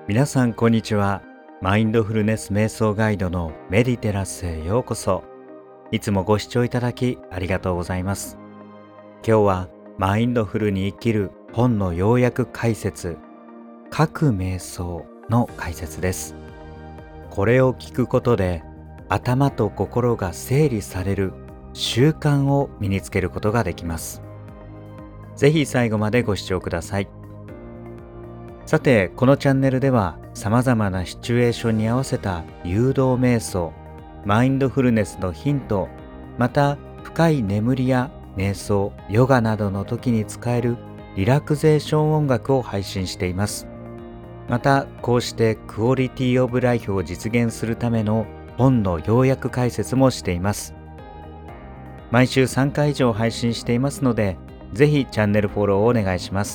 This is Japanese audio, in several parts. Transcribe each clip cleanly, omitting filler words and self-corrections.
皆さんこんにちは。マインドフルネス瞑想ガイドのメディテラスへようこそ。いつもご視聴いただきありがとうございます。今日はマインドフルに生きる本の要約解説、書く瞑想の解説です。これを聞くことで頭と心が整理される習慣を身につけることができます。ぜひ最後までご視聴ください。さて、このチャンネルでは様々なシチュエーションに合わせた誘導瞑想、マインドフルネスのヒント、また深い眠りや瞑想、ヨガなどの時に使えるリラクゼーション音楽を配信しています。また、こうしてクオリティオブライフを実現するための本の要約解説もしています。毎週3回以上配信していますので、ぜひチャンネルフォローをお願いします。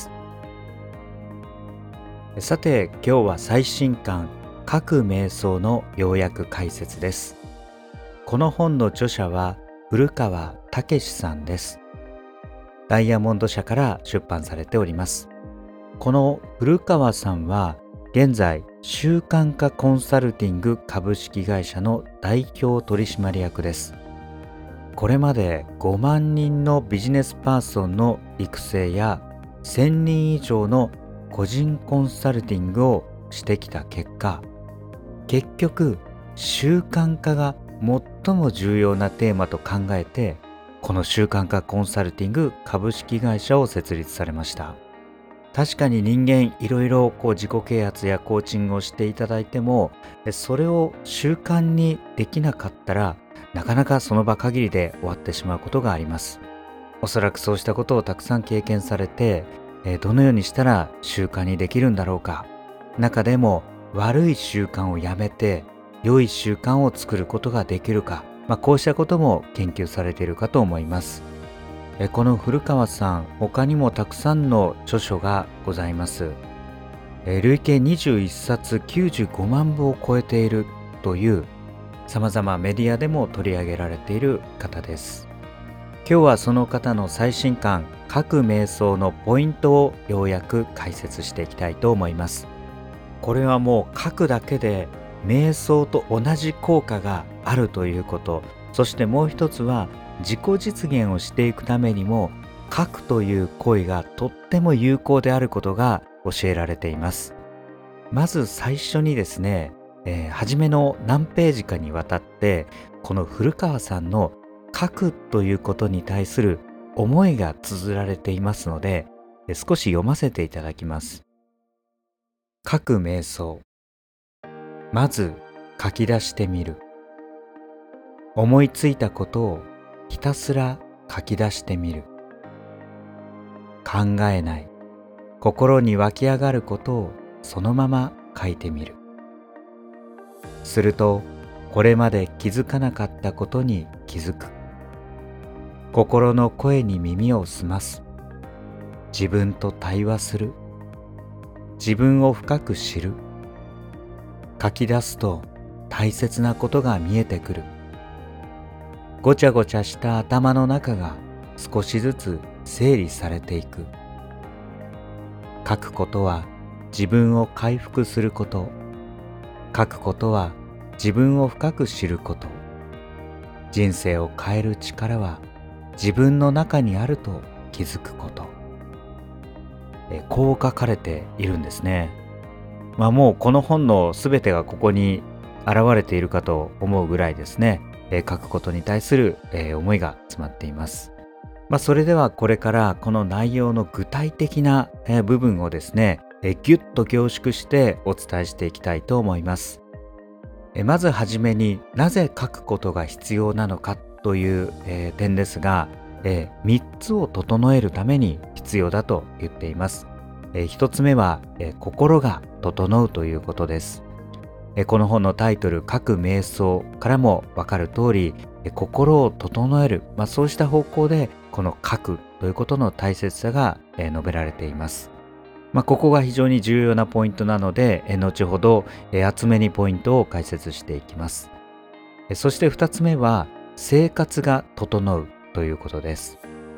さて、今日は最新刊書く瞑想の要約解説です。この本の著者は古川武史さんです。ダイヤモンド社から出版されております。この古川さんは現在習慣化コンサルティング株式会社の代表取締役です。これまで5万人のビジネスパーソンの育成や1000人以上の個人コンサルティングをしてきた結果、結局習慣化が最も重要なテーマと考えて、この習慣化コンサルティング株式会社を設立されました。確かに人間いろいろ自己啓発やコーチングをしていただいても、それを習慣にできなかったらなかなかその場限りで終わってしまうことがあります。おそらくそうしたことをたくさん経験されて、どのようにしたら習慣にできるんだろうか。中でも悪い習慣をやめて良い習慣を作ることができるか、こうしたことも研究されているかと思います。この古川さん、他にもたくさんの著書がございます。累計21冊95万部を超えているという様々メディアでも取り上げられている方です。今日はその方の最新刊書く瞑想のポイントをようやく解説していきたいと思います。これはもう書くだけで瞑想と同じ効果があるということ、そしてもう一つは自己実現をしていくためにも書くという行為がとっても有効であることが教えられています。まず最初にですね、初めの何ページかにわたってこの古川さんの書くということに対する思いが綴られていますので、少し読ませていただきます。書く瞑想。まず書き出してみる。思いついたことをひたすら書き出してみる。考えない。心に湧き上がることをそのまま書いてみる。すると、これまで気づかなかったことに気づく。心の声に耳を澄ます。自分と対話する。自分を深く知る。書き出すと大切なことが見えてくる。ごちゃごちゃした頭の中が少しずつ整理されていく。書くことは自分を回復すること。書くことは自分を深く知ること。人生を変える力は自分の中にあると気づくこと。こう書かれているんですね。もうこの本のすべてがここに現れているかと思うぐらいですね、書くことに対する、思いが詰まっています。それではこれからこの内容の具体的な、部分をですね、ぎゅっと凝縮してお伝えしていきたいと思います。まずはじめになぜ書くことが必要なのかという、点ですが、3つを整えるために必要だと言っています。1つ目は、心が整うということです。この本のタイトル書く瞑想からも分かる通り、心を整える、そうした方向でこの書くということの大切さが、述べられています。ここが非常に重要なポイントなので、後ほど、厚めにポイントを解説していきます。そして2つ目は生活が整うということです。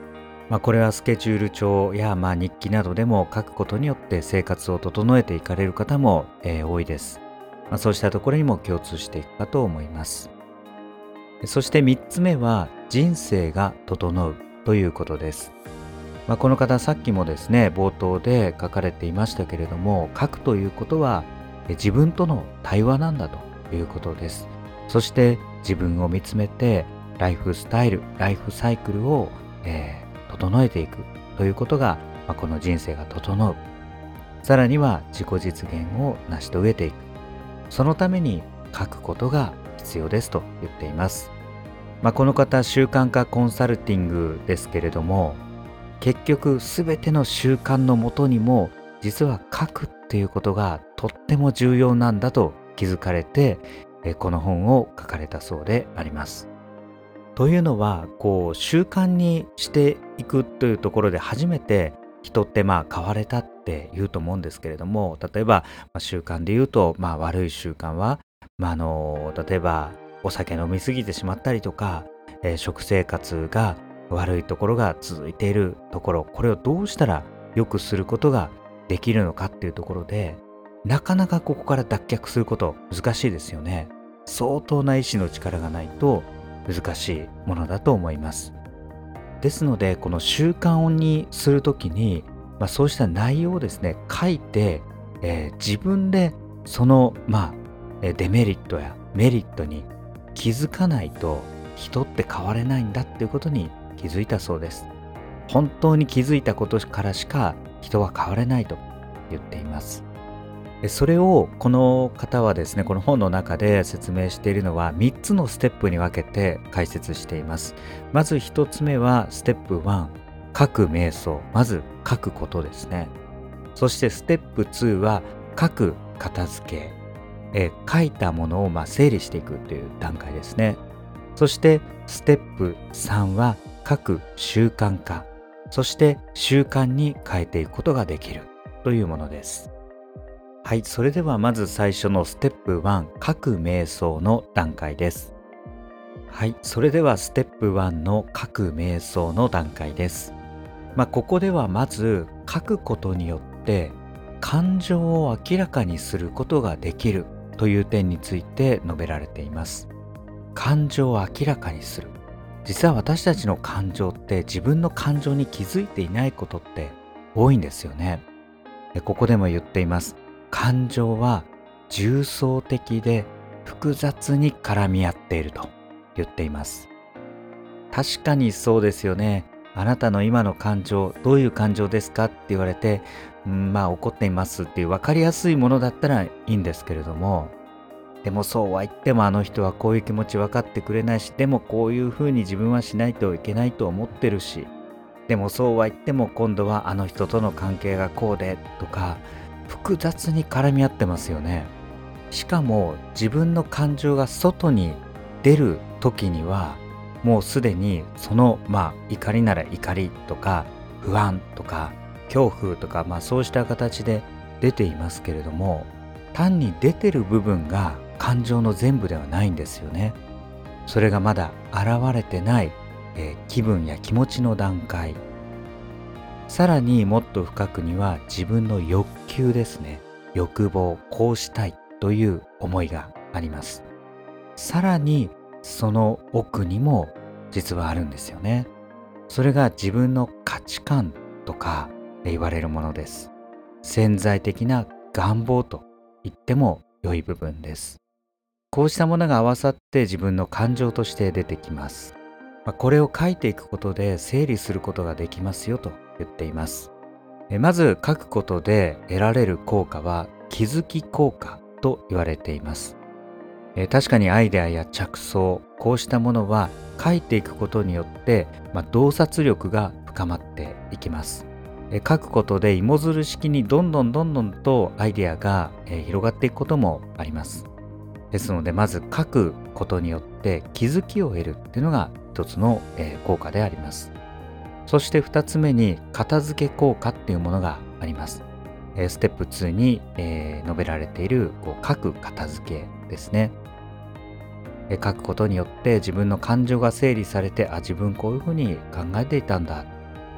これはスケジュール帳や日記などでも書くことによって生活を整えていかれる方も、多いです。そうしたところにも共通していくかと思います。そして3つ目は人生が整うということです。この方さっきもですね冒頭で書かれていましたけれども、書くということは自分との対話なんだということです。そして自分を見つめてライフスタイル、ライフサイクルを、整えていくということが、この人生が整う。さらには自己実現を成し遂げていく。そのために書くことが必要ですと言っています。この方習慣化コンサルティングですけれども、結局すべての習慣のもとにも実は書くっていうことがとっても重要なんだと気づかれて、この本を書かれたそうであります。というのは習慣にしていくというところで初めて人って変われたって言うと思うんですけれども、例えば、習慣で言うと、悪い習慣は、例えばお酒飲みすぎてしまったりとか、食生活が悪いところが続いているところ、これをどうしたら良くすることができるのかっていうところで、なかなかここから脱却すること難しいですよね。相当な意志の力がないと難しいものだと思います。ですのでこの習慣にするときに、そうした内容をですね書いて、自分でその、デメリットやメリットに気づかないと人って変われないんだっていうことに気づいたそうです。本当に気づいたことからしか人は変われないと言っています。それをこの方はですね、この本の中で説明しているのは3つのステップに分けて解説しています。まず1つ目はステップ1、書く瞑想、まず書くことですね。そしてステップ2は書く片付け、書いたものを整理していくという段階ですね。そしてステップ3は書く習慣化、そして習慣に変えていくことができるというものです。はい、それではまず最初のステップ1、書く瞑想の段階です。はい、それではステップ1の書く瞑想の段階です。ここではまず書くことによって感情を明らかにすることができるという点について述べられています。感情を明らかにする。実は私たちの感情って自分の感情に気づいていないことって多いんですよね。ここでも言っています。感情は重層的で複雑に絡み合っていると言っています。確かにそうですよね。あなたの今の感情、どういう感情ですかって言われて、怒っていますっていう分かりやすいものだったらいいんですけれども、でもそうは言ってもあの人はこういう気持ち分かってくれないし、でもこういうふうに自分はしないといけないと思ってるし、でもそうは言っても今度はあの人との関係がこうでとか、複雑に絡み合ってますよね。しかも自分の感情が外に出る時にはもうすでにその怒りなら怒りとか不安とか恐怖とかそうした形で出ていますけれども、単に出てる部分が感情の全部ではないんですよね。それがまだ現れてない、気分や気持ちの段階。さらにもっと深くには自分の欲求ですね。欲望、こうしたいという思いがあります。さらにその奥にも実はあるんですよね。それが自分の価値観とか言われるものです。潜在的な願望と言っても良い部分です。こうしたものが合わさって自分の感情として出てきます。これを書いていくことで整理することができますよと言っています。まず書くことで得られる効果は気づき効果と言われています。確かにアイデアや着想、こうしたものは書いていくことによって、洞察力が深まっていきます。書くことで芋づる式にどんどんとアイデアが広がっていくこともあります。ですのでまず書くことによって気づきを得るっていうのが一つの効果であります。そして2つ目に片付け効果っていうものがあります。ステップ2に述べられている書く片付けですね。書くことによって自分の感情が整理されて、自分こういうふうに考えていたんだ。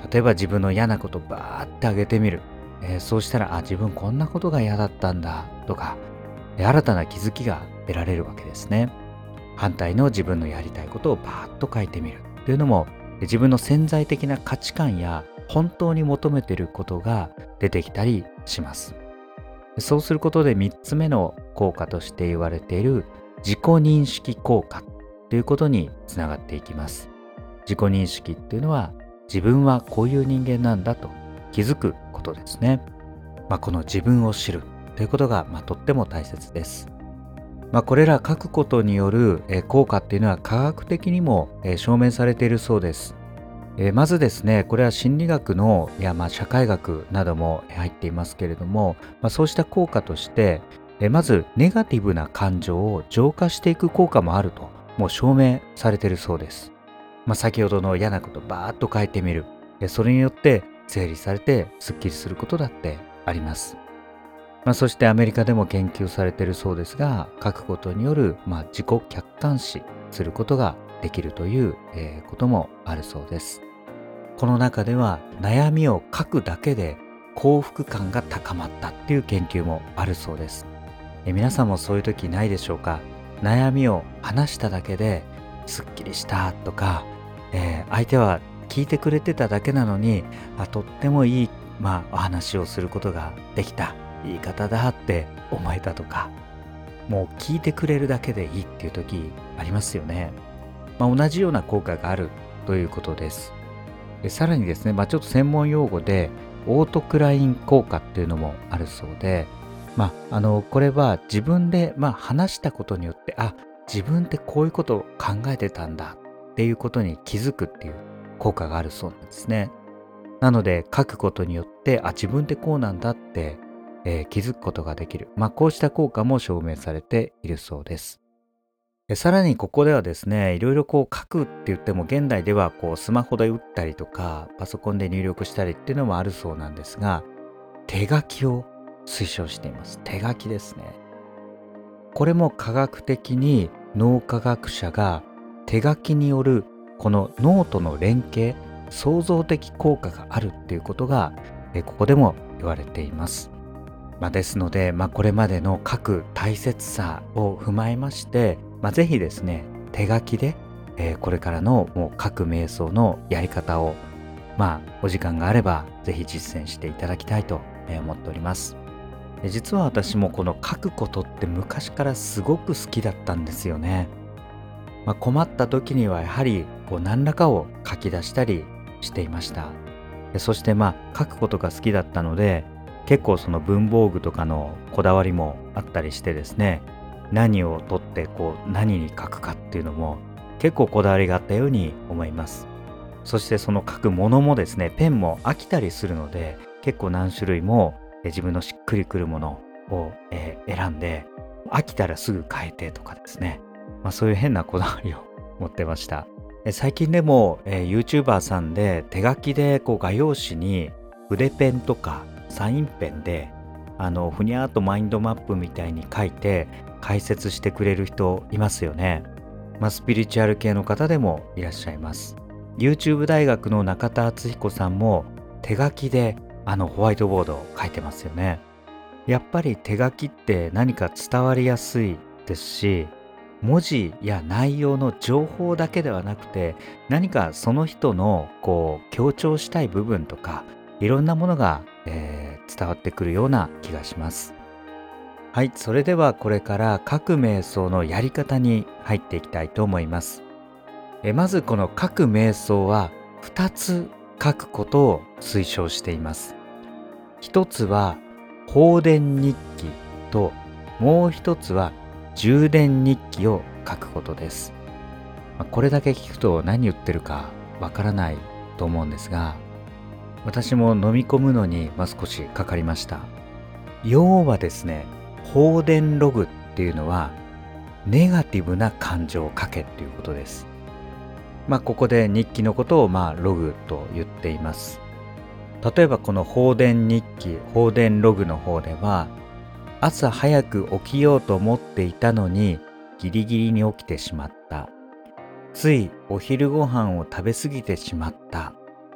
例えば自分の嫌なことバーってあげてみる。そうしたら、自分こんなことが嫌だったんだとか、新たな気づきが得られるわけですね。反対の自分のやりたいことをバーッと書いてみるというのも、自分の潜在的な価値観や本当に求めていることが出てきたりします。そうすることで3つ目の効果として言われている自己認識効果ということにつながっていきます。自己認識っていうのは、自分はこういう人間なんだと気づくことですね。この自分を知るということが、とっても大切です。これら書くことによる効果っていうのは科学的にも証明されているそうです。まずですね、これは心理学の社会学なども入っていますけれども、そうした効果として、まずネガティブな感情を浄化していく効果もあると、もう証明されているそうです。先ほどの嫌なことバーッと書いてみる。それによって整理されてスッキリすることだってあります。そしてアメリカでも研究されているそうですが、書くことによる、自己客観視することができるという、こともあるそうです。この中では悩みを書くだけで幸福感が高まったっていう研究もあるそうです。皆さんもそういう時ないでしょうか？悩みを話しただけですっきりしたとか、相手は聞いてくれてただけなのに、とってもいい、お話をすることができた、言い方だって思えたとか、もう聞いてくれるだけでいいっていう時ありますよね。同じような効果があるということです。さらにですね、ちょっと専門用語でオートクライン効果っていうのもあるそうで、これは自分で、話したことによって、自分ってこういうことを考えてたんだっていうことに気づくっていう効果があるそうなんですね。なので書くことによって、自分ってこうなんだって、気づくことができる。こうした効果も証明されているそうです。さらにここではですね、いろいろ書くって言っても現代ではスマホで打ったりとか、パソコンで入力したりっていうのもあるそうなんですが、手書きを推奨しています。手書きですね。これも科学的に脳科学者が手書きによるこの脳との連携、創造的効果があるっていうことが、ここでも言われています。ですので、これまでの書く大切さを踏まえまして、ぜひですね、手書きで、これからのもう書く瞑想のやり方を、お時間があればぜひ実践していただきたいと思っております。実は私もこの書くことって昔からすごく好きだったんですよね。困った時にはやはり何らかを書き出したりしていました。そして書くことが好きだったので、結構その文房具とかのこだわりもあったりしてですね、何を取って何に書くかっていうのも結構こだわりがあったように思います。そしてその書くものもですね、ペンも飽きたりするので、結構何種類も自分のしっくりくるものを選んで、飽きたらすぐ変えてとかですね、そういう変なこだわりを持ってました。最近でも、YouTuber さんで手書きで画用紙に筆ペンとかサインペンでふにゃーっとマインドマップみたいに書いて解説してくれる人いますよね。スピリチュアル系の方でもいらっしゃいます。YouTube 大学の中田敦彦さんも手書きでホワイトボードを書いてますよね。やっぱり手書きって何か伝わりやすいですし、文字や内容の情報だけではなくて、何かその人の強調したい部分とか、いろんなものが、伝わってくるような気がします。はい、それではこれから各瞑想のやり方に入っていきたいと思います。まずこの各瞑想は2つ書くことを推奨しています。一つは法伝日記と、もう一つは充電日記を書くことです。これだけ聞くと何言ってるかわからないと思うんですが、私も飲み込むのに少しかかりました。要はですね、法伝ログっていうのはネガティブな感情を書けっていうことです。ここで日記のことをログと言っています。例えばこの法伝日記、法伝ログの方では、朝早く起きようと思っていたのにギリギリに起きてしまった。ついお昼ご飯を食べ過ぎてしまった。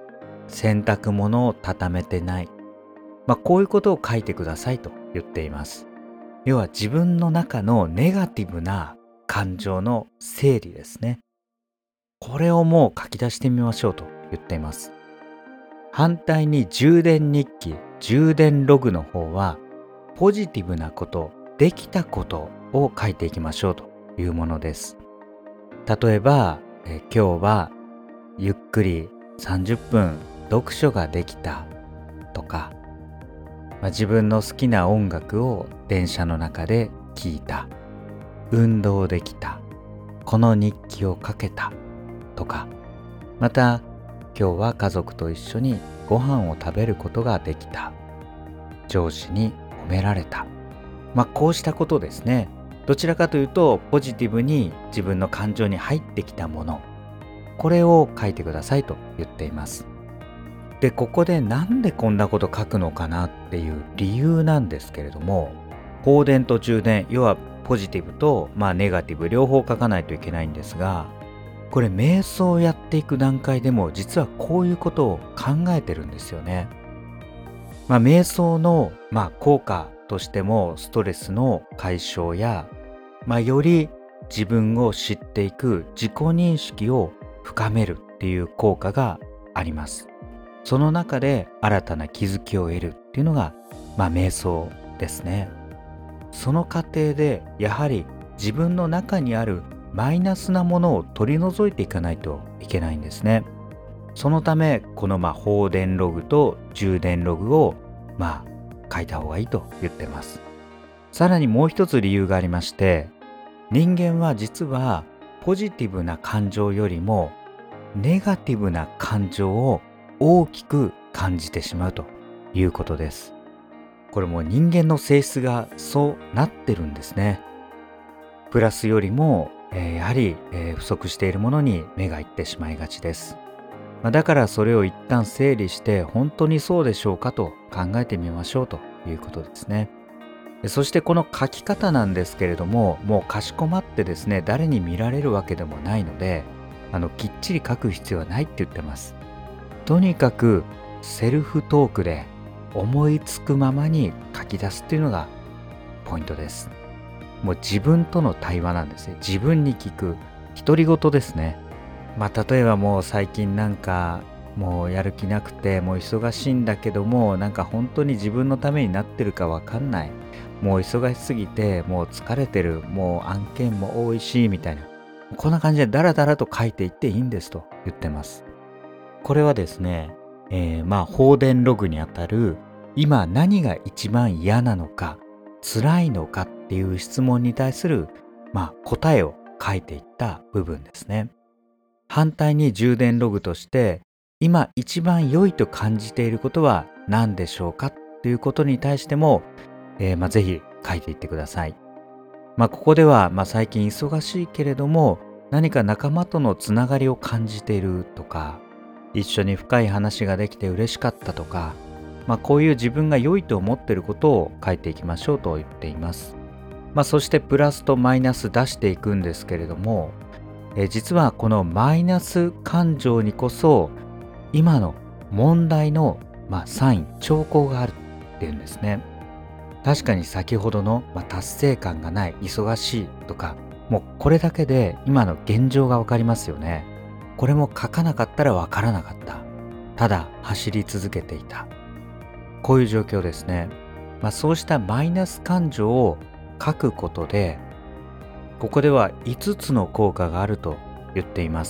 洗濯物を畳めてない。こういうことを書いてくださいと言っています。要は自分の中のネガティブな感情の整理ですね。これをもう書き出してみましょうと言っています。反対に充電日記、充電ログの方は、ポジティブなこと、できたことを書いていきましょうというものです。例えば、今日はゆっくり30分読書ができたとか、自分の好きな音楽を電車の中で聴いた、運動できた、この日記を書けたとか、また今日は家族と一緒にご飯を食べることができた、上司に褒められた、こうしたことですね。どちらかというとポジティブに自分の感情に入ってきたもの、これを書いてくださいと言っています。で、ここでなんでこんなこと書くのかなっていう理由なんですけれども、放電と充電、要はポジティブとネガティブ両方書かないといけないんですが、これ瞑想をやっていく段階でも実はこういうことを考えてるんですよね。瞑想の効果としてもストレスの解消や、より自分を知っていく自己認識を深めるっていう効果があります。その中で新たな気づきを得るっていうのが瞑想ですね。その過程でやはり自分の中にあるマイナスなものを取り除いていかないといけないんですね。そのためこの放電ログと充電ログを書いた方がいいと言ってます。さらにもう一つ理由がありまして、人間は実はポジティブな感情よりもネガティブな感情を大きく感じてしまうということです。これも人間の性質がそうなってるんですね。プラスよりも、やはり、不足しているものに目がいってしまいがちです。だからそれを一旦整理して本当にそうでしょうかと考えてみましょうということですね。そしてこの書き方なんですけれども、もうかしこまってですね、誰に見られるわけでもないので、きっちり書く必要はないって言ってます。とにかくセルフトークで思いつくままに書き出すっていうのがポイントです。もう自分との対話なんですね。自分に聞く独り言ですね。例えばもう最近もうやる気なくてもう忙しいんだけども、本当に自分のためになってるかわかんない。もう忙しすぎてもう疲れてる。もう案件も多いしみたいな。こんな感じでダラダラと書いていっていいんですと言ってます。これはですね、放電ログにあたる今何が一番嫌なのか辛いのかっていう質問に対する答えを書いていった部分ですね。反対に充電ログとして今一番良いと感じていることは何でしょうかということに対しても、ぜひ書いていってください。ここでは最近忙しいけれども何か仲間とのつながりを感じているとか、一緒に深い話ができて嬉しかったとか、こういう自分が良いと思っていることを書いていきましょうと言っています。そしてプラスとマイナス出していくんですけれども、実はこのマイナス感情にこそ今の問題の、サイン、兆候があるっていうんですね。確かに先ほどの、達成感がない、忙しいとか、もうこれだけで今の現状がわかりますよね。これも書かなかったらわからなかった。ただ走り続けていた。こういう状況ですね。そうしたマイナス感情を書くことで、ここでは5つの効果があると言っています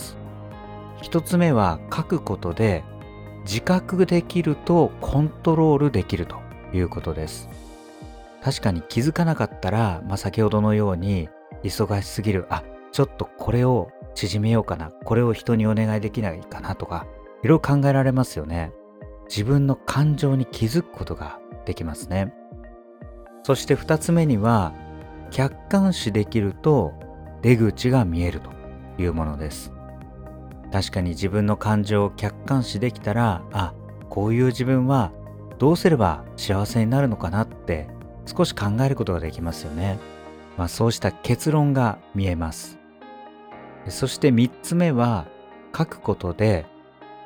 。1つ目は書くことで自覚できるとコントロールできるということです。確かに気づかなかったら、先ほどのように忙しすぎる、ちょっとこれを縮めようかな、これを人にお願いできないかなとか、いろいろ考えられますよね。自分の感情に気づくことができますね。そして2つ目には客観視できると出口が見えるというものです。確かに自分の感情を客観視できたら、こういう自分はどうすれば幸せになるのかなって少し考えることができますよね。そうした結論が見えます。そして3つ目は書くことで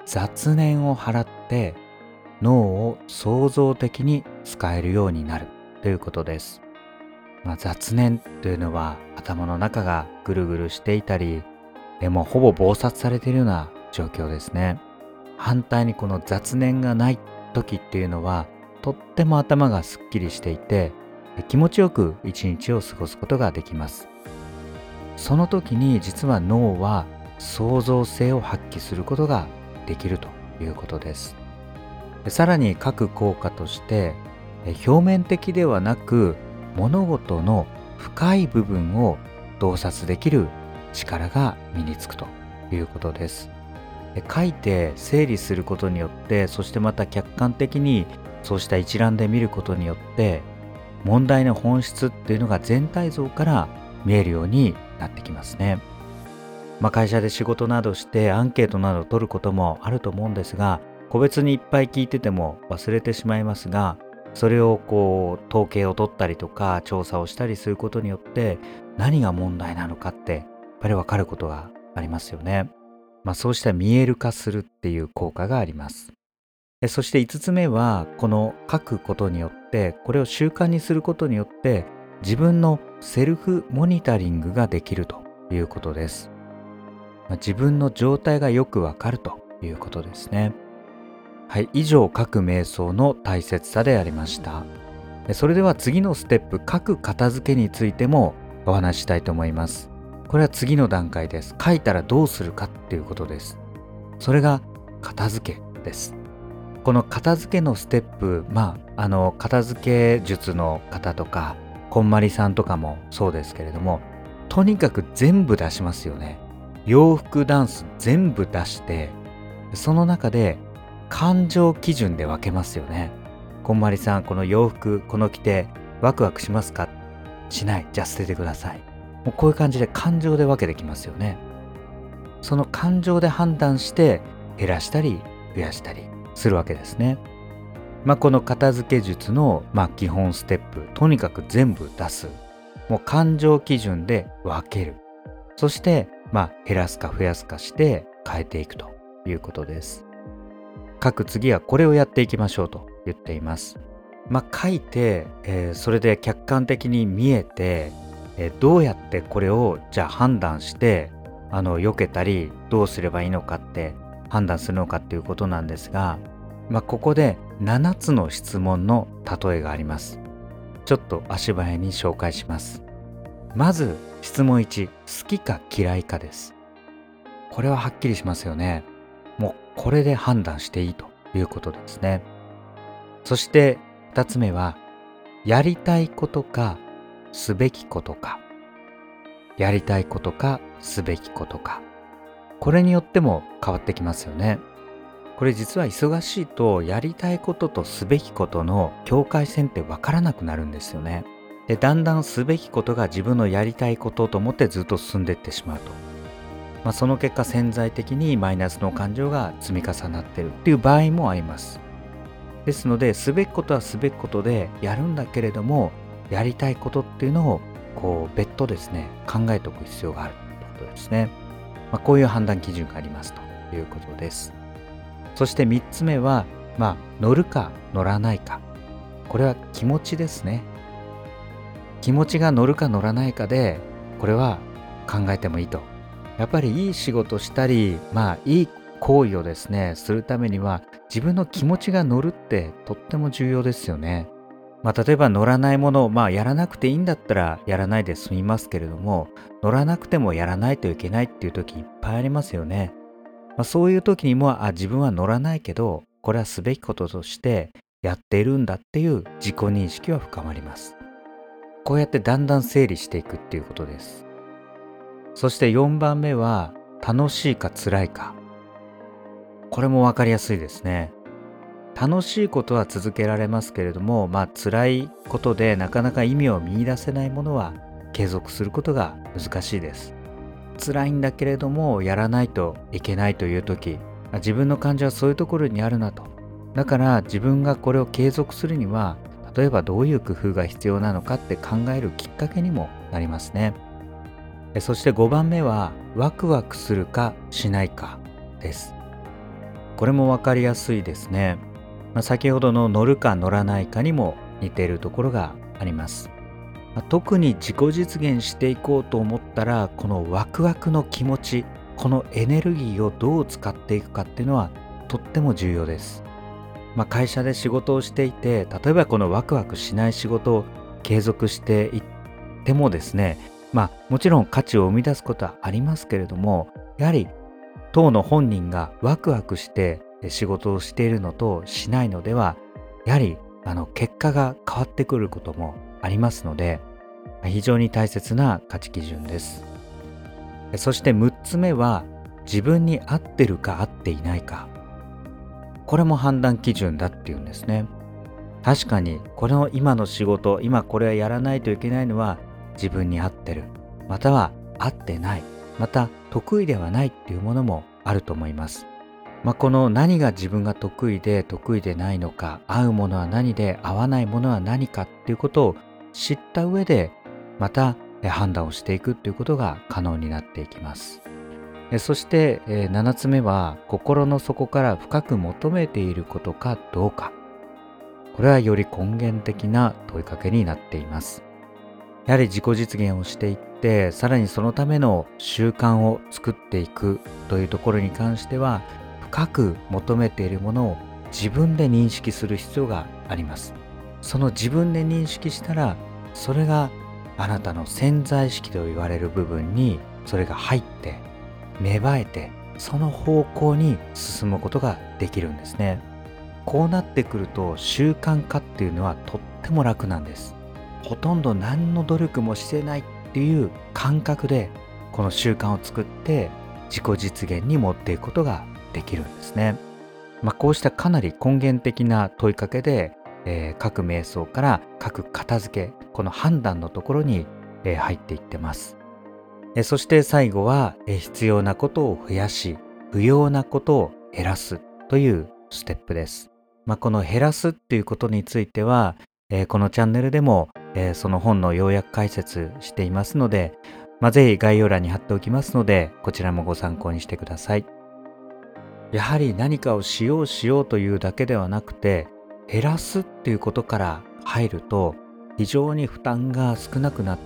雑念を払って脳を創造的に使えるようになるということです。雑念というのは頭の中がぐるぐるしていたり、もうほぼ忙殺されているような状況ですね。反対にこの雑念がない時っていうのは、とっても頭がすっきりしていて、気持ちよく一日を過ごすことができます。その時に実は脳は創造性を発揮することができるということです。さらに各効果として、表面的ではなく物事の深い部分を洞察できる力が身につくということです。書いて整理することによって、そしてまた客観的にそうした一覧で見ることによって、問題の本質っていうのが全体像から見えるようになってきますね。会社で仕事などしてアンケートなどを取ることもあると思うんですが、個別にいっぱい聞いてても忘れてしまいますが、それを統計を取ったりとか調査をしたりすることによって、何が問題なのかってやっぱり分かることがありますよね。そうした見える化するっていう効果があります。そして5つ目は、この書くことによって、これを習慣にすることによって自分のセルフモニタリングができるということです。自分の状態がよくわかるということですね。はい、以上、書く瞑想の大切さでありました。それでは次のステップ、書く片付けについてもお話ししたいと思います。これは次の段階です。書いたらどうするかっていうことです。それが片付けです。この片付けのステップ、片付け術の方とか、こんまりさんとかもそうですけれども、とにかく全部出しますよね。洋服ダンス全部出して、その中で感情基準で分けますよね。こんまりさん、この洋服、この着てワクワクしますか？しない。じゃあ捨ててください。もうこういう感じで感情で分けてきますよね。その感情で判断して減らしたり増やしたりするわけですね。この片付け術の基本ステップ、とにかく全部出す。もう感情基準で分ける。そして減らすか増やすかして変えていくということです。書く次はこれをやっていきましょうと言っています。書いて、それで客観的に見えて、どうやってこれをじゃあ判断して避けたりどうすればいいのかって判断するのかっていうことなんですが、ここで7つの質問の例えがあります。ちょっと足早に紹介します。まず質問1、好きか嫌いかです。これははっきりしますよね。もうこれで判断していいということですね。そして2つ目は、やりたいことかすべきことか。やりたいことかすべきことか。これによっても変わってきますよね。これ実は忙しいと、やりたいこととすべきことの境界線ってわからなくなるんですよね。で、だんだんすべきことが自分のやりたいことと思ってずっと進んでいってしまうと。その結果潜在的にマイナスの感情が積み重なっているっていう場合もあります。ですので、すべきことはすべきことでやるんだけれども、やりたいことっていうのを別途ですね、考えておく必要があるということですね。こういう判断基準がありますということです。そして3つ目は、乗るか乗らないか。これは気持ちですね。気持ちが乗るか乗らないかで、これは考えてもいいと。やっぱりいい仕事したり、いい行為をですね、するためには、自分の気持ちが乗るってとっても重要ですよね。例えば乗らないものを、やらなくていいんだったらやらないで済みますけれども、乗らなくてもやらないといけないっていう時いっぱいありますよね。そういう時にも、自分は乗らないけど、これはすべきこととしてやっているんだっていう自己認識は深まります。こうやってだんだん整理していくっていうことです。そして4番目は、楽しいか辛いか。これもわかりやすいですね。楽しいことは続けられますけれども、辛いことでなかなか意味を見出せないものは継続することが難しいです。辛いんだけれどもやらないといけないという時、自分の感情はそういうところにあるなと。だから自分がこれを継続するには、例えばどういう工夫が必要なのかって考えるきっかけにもなりますね。そして5番目は、ワクワクするかしないかです。 これも分かりやすいですね。先ほどの乗るか乗らないかにも似ているところがあります。特に自己実現していこうと思ったら、このワクワクの気持ち、このエネルギーをどう使っていくかっていうのはとっても重要です。会社で仕事をしていて、例えばこのワクワクしない仕事を継続していってもですね、もちろん価値を生み出すことはありますけれども、やはり当の本人がワクワクして仕事をしているのとしないのでは、やはり結果が変わってくることもありますので、非常に大切な価値基準です。そして6つ目は、自分に合ってるか合っていないか。これも判断基準だっていうんですね。確かにこの今の仕事、今これはやらないといけないのは自分に合ってる、または合ってない、また得意ではないっていうものもあると思います。この何が自分が得意で得意でないのか、合うものは何で合わないものは何かっていうことを知った上で、また判断をしていくっていうことが可能になっていきます。そして7つ目は、心の底から深く求めていることかどうか。これはより根源的な問いかけになっています。やはり自己実現をしていって、さらにそのための習慣を作っていくというところに関しては、深く求めているものを自分で認識する必要があります。その自分で認識したら、それがあなたの潜在意識と言われる部分にそれが入って芽生えて、その方向に進むことができるんですね。こうなってくると習慣化っていうのはとっても楽なんです。ほとんど何の努力もしてないっていう感覚でこの習慣を作って自己実現に持っていくことができるんですね。こうしたかなり根源的な問いかけで、各瞑想から各片付け、この判断のところに、入っていってます。そして最後は、必要なことを増やし、不要なことを減らすというステップです。この減らすっていうことについては、このチャンネルでも、その本の要約解説していますので、ぜひ概要欄に貼っておきますので、こちらもご参考にしてください。やはり何かをしようというだけではなくて、減らすっていうことから入ると、非常に負担が少なくなって、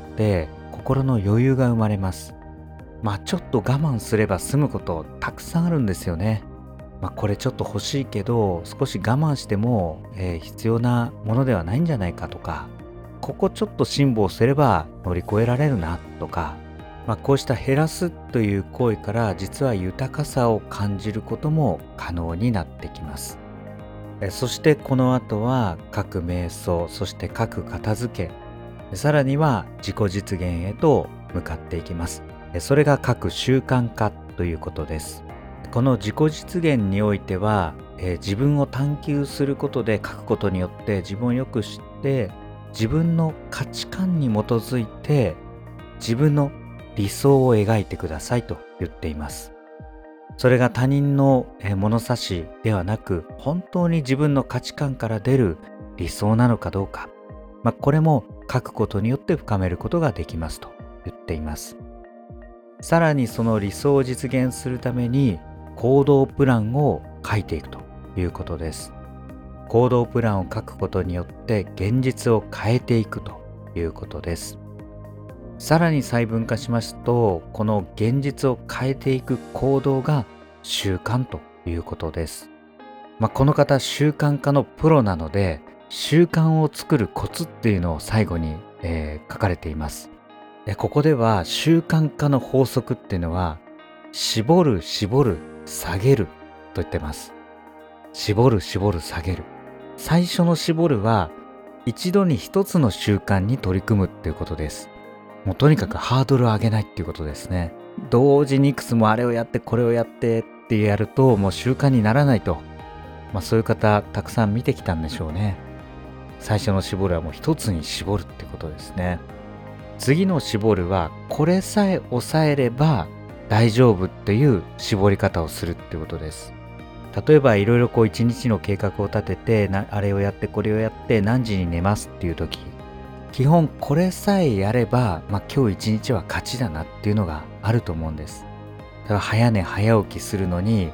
心の余裕が生まれます。ちょっと我慢すれば済むことたくさんあるんですよね。これちょっと欲しいけど、少し我慢しても、必要なものではないんじゃないかとか、ここちょっと辛抱すれば乗り越えられるなとか、こうした減らすという行為から実は豊かさを感じることも可能になってきます。そしてこの後は各瞑想、そして各片付け、さらには自己実現へと向かっていきます。それが各習慣化ということです。この自己実現においては、自分を探求することで書くことによって自分をよく知って、自分の価値観に基づいて自分の理想を描いてくださいと言っています。それが他人の物差しではなく、本当に自分の価値観から出る理想なのかどうか、これも書くことによって深めることができますと言っています。さらにその理想を実現するために行動プランを書いていくということです。行動プランを書くことによって現実を変えていくということです。さらに細分化しますと、この現実を変えていく行動が習慣ということです。この方習慣化のプロなので、習慣を作るコツっていうのを最後に、書かれています。ここでは習慣化の法則っていうのは、絞る絞る下げると言ってます。絞る絞る下げる。最初の絞るは一度に一つの習慣に取り組むっていうことです。もうとにかくハードルを上げないっていうことですね。同時にいくつもあれをやってこれをやってってやるともう習慣にならないと。そういう方たくさん見てきたんでしょうね。最初の絞るはもう一つに絞るってことですね。次の絞るはこれさえ抑えれば大丈夫っていう絞り方をするってことです。例えばいろいろ一日の計画を立ててあれをやってこれをやって何時に寝ますっていう時、基本これさえやれば、今日一日は勝ちだなっていうのがあると思うんです。だから早寝早起きするのに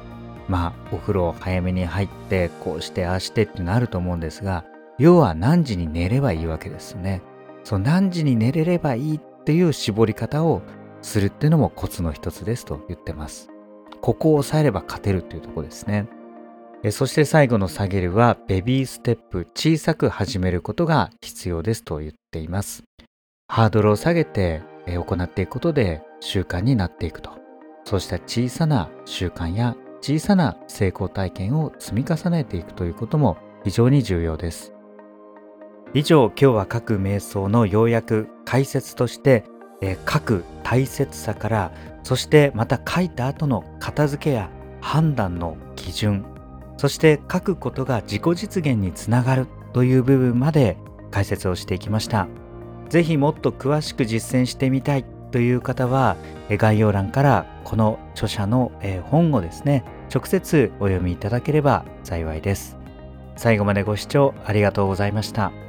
お風呂早めに入ってこうしてああしてってなると思うんですが、要は何時に寝ればいいわけですよね。そう何時に寝れればいいっていう絞り方をするっていうのもコツの一つですと言ってます。ここを抑えれば勝てるというところですね。そして最後の下げるはベビーステップ、小さく始めることが必要ですと言っています。ハードルを下げて行っていくことで習慣になっていくと。そうした小さな習慣や小さな成功体験を積み重ねていくということも非常に重要です。以上、今日は書く瞑想の要約解説として、書く大切さから、そしてまた書いた後の片付けや判断の基準、そして書くことが自己実現につながるという部分まで解説をしていきました。ぜひもっと詳しく実践してみたいという方は、概要欄からこの著者の本をですね、直接お読みいただければ幸いです。最後までご視聴ありがとうございました。